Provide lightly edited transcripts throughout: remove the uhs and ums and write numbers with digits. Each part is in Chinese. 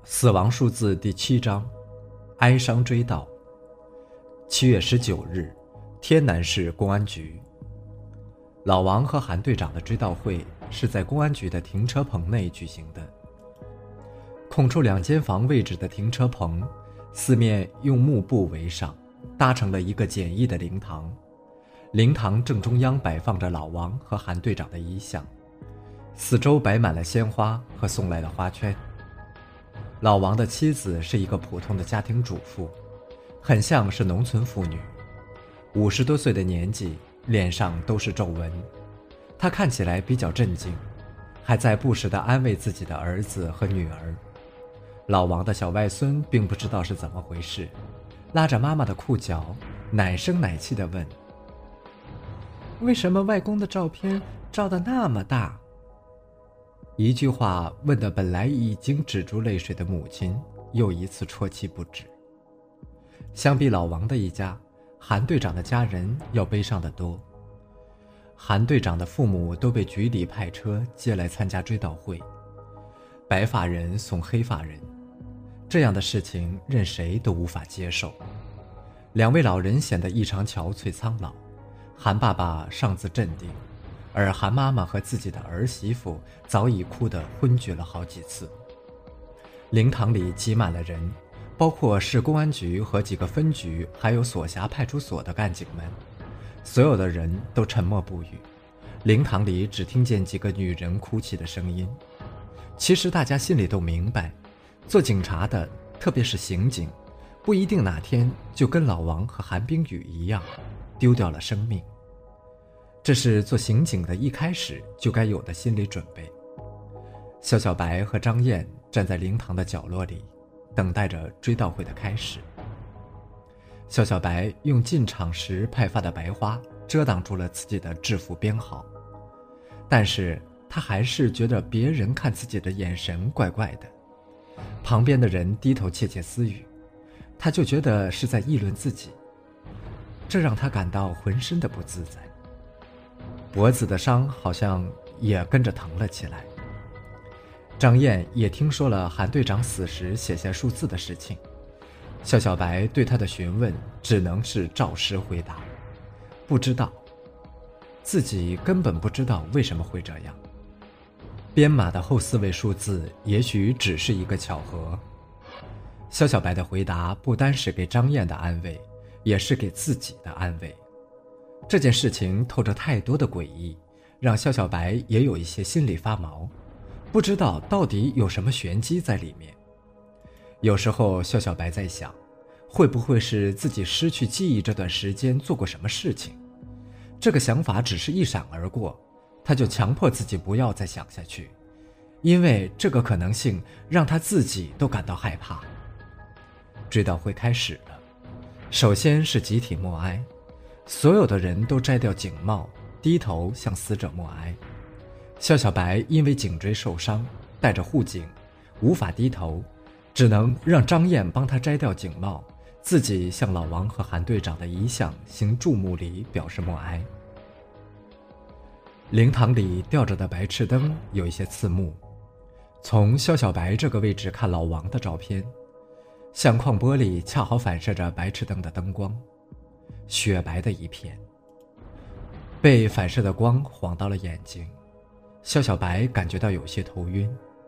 死亡数字第7章，哀伤追悼。7月19日，天南市公安局。老王和韩队长的追悼会是在公安局的停车棚内举行的。空出2间房位置的停车棚，四面用幕布围上，搭成了一个简易的灵堂。灵堂正中央摆放着老王和韩队长的遗像，四周摆满了鲜花和送来的花圈。老王的妻子是一个普通的家庭主妇，很像是农村妇女，50多岁的年纪，脸上都是皱纹。她看起来比较镇静，还在不时地安慰自己的儿子和女儿。老王的小外孙并不知道是怎么回事，拉着妈妈的裤脚，奶声奶气地问：为什么外公的照片照得那么大？一句话问得本来已经止住泪水的母亲又一次啜泣不止。相比老王的一家，韩队长的家人要悲伤得多。韩队长的父母都被局里派车接来参加追悼会，白发人送黑发人，这样的事情任谁都无法接受。2位老人显得异常憔悴苍老，韩爸爸尚自镇定，而韩妈妈和自己的儿媳妇早已哭得昏厥了好几次。灵堂里挤满了人，包括市公安局和几个分局还有所辖派出所的干警们。所有的人都沉默不语，灵堂里只听见几个女人哭泣的声音。其实大家心里都明白，做警察的，特别是刑警，不一定哪天就跟老王和韩冰雨一样丢掉了生命。这是做刑警的一开始就该有的心理准备。肖小白和张燕站在灵堂的角落里，等待着追悼会的开始。肖小白用进场时派发的白花遮挡住了自己的制服编号，但是他还是觉得别人看自己的眼神怪怪的。旁边的人低头窃窃私语，他就觉得是在议论自己，这让他感到浑身的不自在。脖子的伤好像也跟着疼了起来。张燕也听说了韩队长死时写下数字的事情，肖小白对他的询问只能是照实回答，不知道，自己根本不知道为什么会这样。编码的后4位数字也许只是一个巧合。肖小白的回答不单是给张燕的安慰，也是给自己的安慰。这件事情透着太多的诡异，让肖小白也有一些心里发毛，不知道到底有什么玄机在里面。有时候肖小白在想，会不会是自己失去记忆这段时间做过什么事情？这个想法只是一闪而过，他就强迫自己不要再想下去，因为这个可能性让他自己都感到害怕。追悼会开始了，首先是集体默哀，所有的人都摘掉警帽，低头向死者默哀。肖小白因为颈椎受伤，戴着护颈，无法低头，只能让张燕帮他摘掉警帽，自己向老王和韩队长的遗像行注目礼，表示默哀。灵堂里吊着的白炽灯有一些刺目，从肖小白这个位置看老王的照片，相框玻璃恰好反射着白炽灯的灯光，雪白的一片，被反射的光晃到了眼睛，肖小白感觉到有些头晕。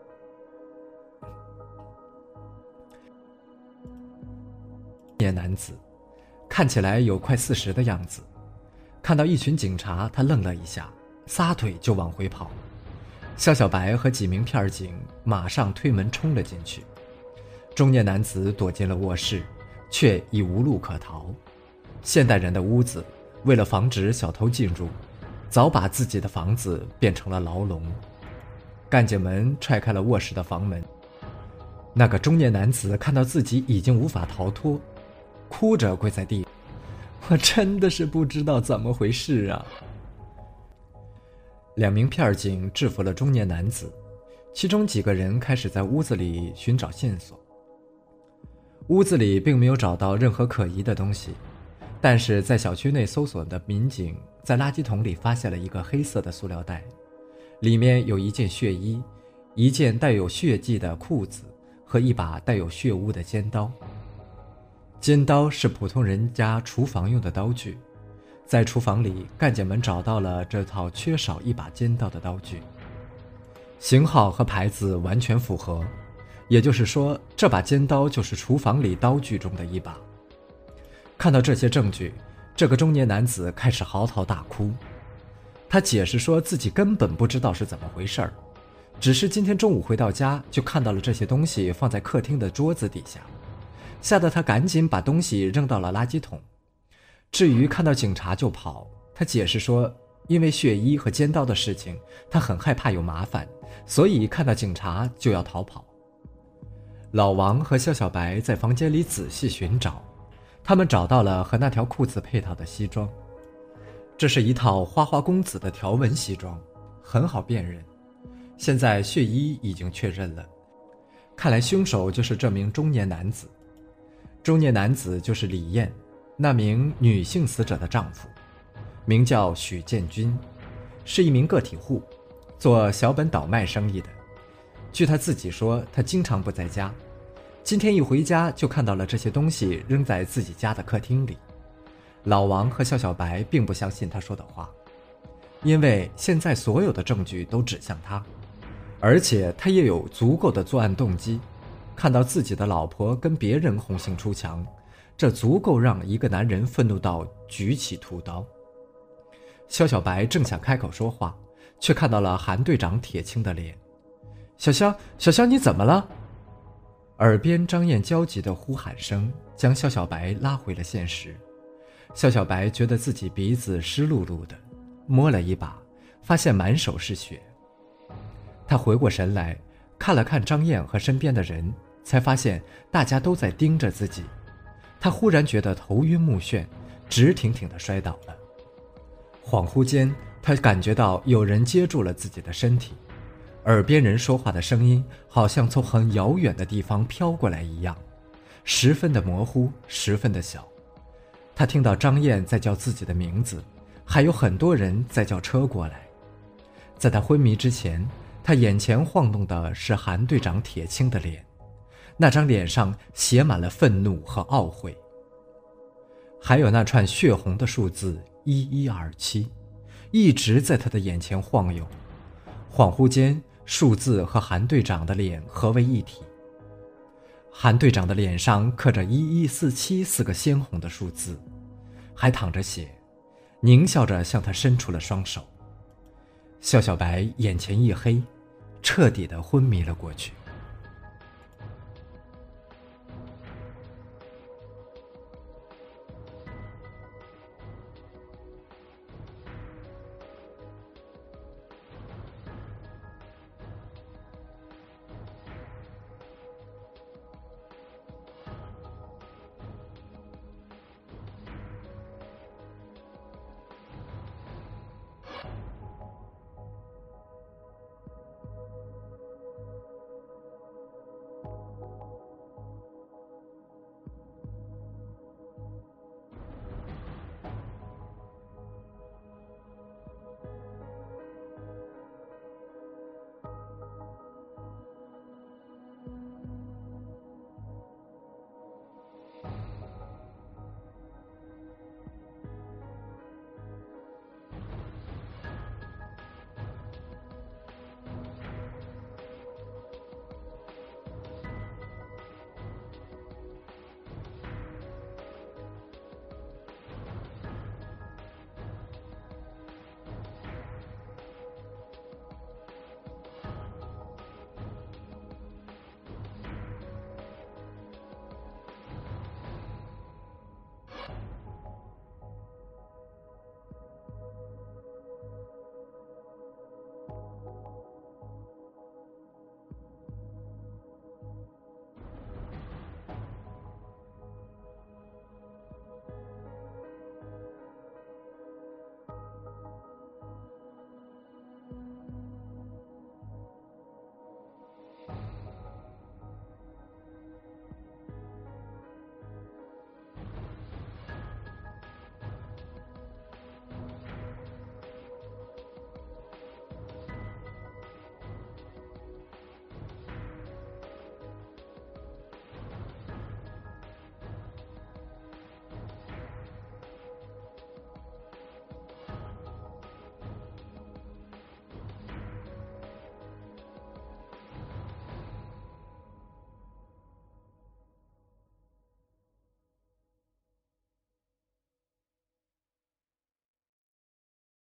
年男子看起来有快40的样子，看到一群警察，他愣了一下，撒腿就往回跑。肖小白和几名片警马上推门冲了进去，中年男子躲进了卧室，却已无路可逃。现代人的屋子，为了防止小偷进入，早把自己的房子变成了牢笼。干警们踹开了卧室的房门，那个中年男子看到自己已经无法逃脱，哭着跪在地，我真的是不知道怎么回事啊。2名片警制服了中年男子，其中几个人开始在屋子里寻找线索。屋子里并没有找到任何可疑的东西，但是在小区内搜索的民警在垃圾桶里发现了一个黑色的塑料袋，里面有一件血衣、一件带有血迹的裤子和一把带有血污的尖刀。尖刀是普通人家厨房用的刀具，在厨房里，干警们找到了这套缺少一把尖刀的刀具，型号和牌子完全符合，也就是说，这把尖刀就是厨房里刀具中的一把。看到这些证据，这个中年男子开始嚎啕大哭。他解释说自己根本不知道是怎么回事儿，只是今天中午回到家就看到了这些东西放在客厅的桌子底下，吓得他赶紧把东西扔到了垃圾桶。至于看到警察就跑，他解释说因为血衣和尖刀的事情，他很害怕有麻烦，所以看到警察就要逃跑。老王和肖小白在房间里仔细寻找，他们找到了和那条裤子配套的西装，这是一套花花公子的条纹西装，很好辨认。现在血衣已经确认了，看来凶手就是这名中年男子。中年男子就是李艳，那名女性死者的丈夫，名叫许建军，是一名个体户，做小本倒卖生意的。据他自己说，他经常不在家，今天一回家就看到了这些东西扔在自己家的客厅里。老王和肖小白并不相信他说的话，因为现在所有的证据都指向他，而且他也有足够的作案动机。看到自己的老婆跟别人红杏出墙，这足够让一个男人愤怒到举起屠刀。肖小白正想开口说话，却看到了韩队长铁青的脸。小肖你怎么了？耳边张燕焦急的呼喊声将肖小白拉回了现实。肖小白觉得自己鼻子湿漉漉的，摸了一把，发现满手是血。他回过神来，看了看张燕和身边的人，才发现大家都在盯着自己。他忽然觉得头晕目眩，直挺挺地摔倒了。恍惚间，他感觉到有人接住了自己的身体，耳边人说话的声音好像从很遥远的地方飘过来一样，十分的模糊，十分的小。他听到张燕在叫自己的名字，还有很多人在叫车过来。在他昏迷之前，他眼前晃动的是韩队长铁青的脸，那张脸上写满了愤怒和懊悔，还有那串血红的数字1127，一直在他的眼前晃悠。恍惚间，数字和韩队长的脸合为一体。韩队长的脸上刻着1147四个鲜红的数字，还淌着血，狞笑着向他伸出了双手。肖小白眼前一黑，彻底地昏迷了过去。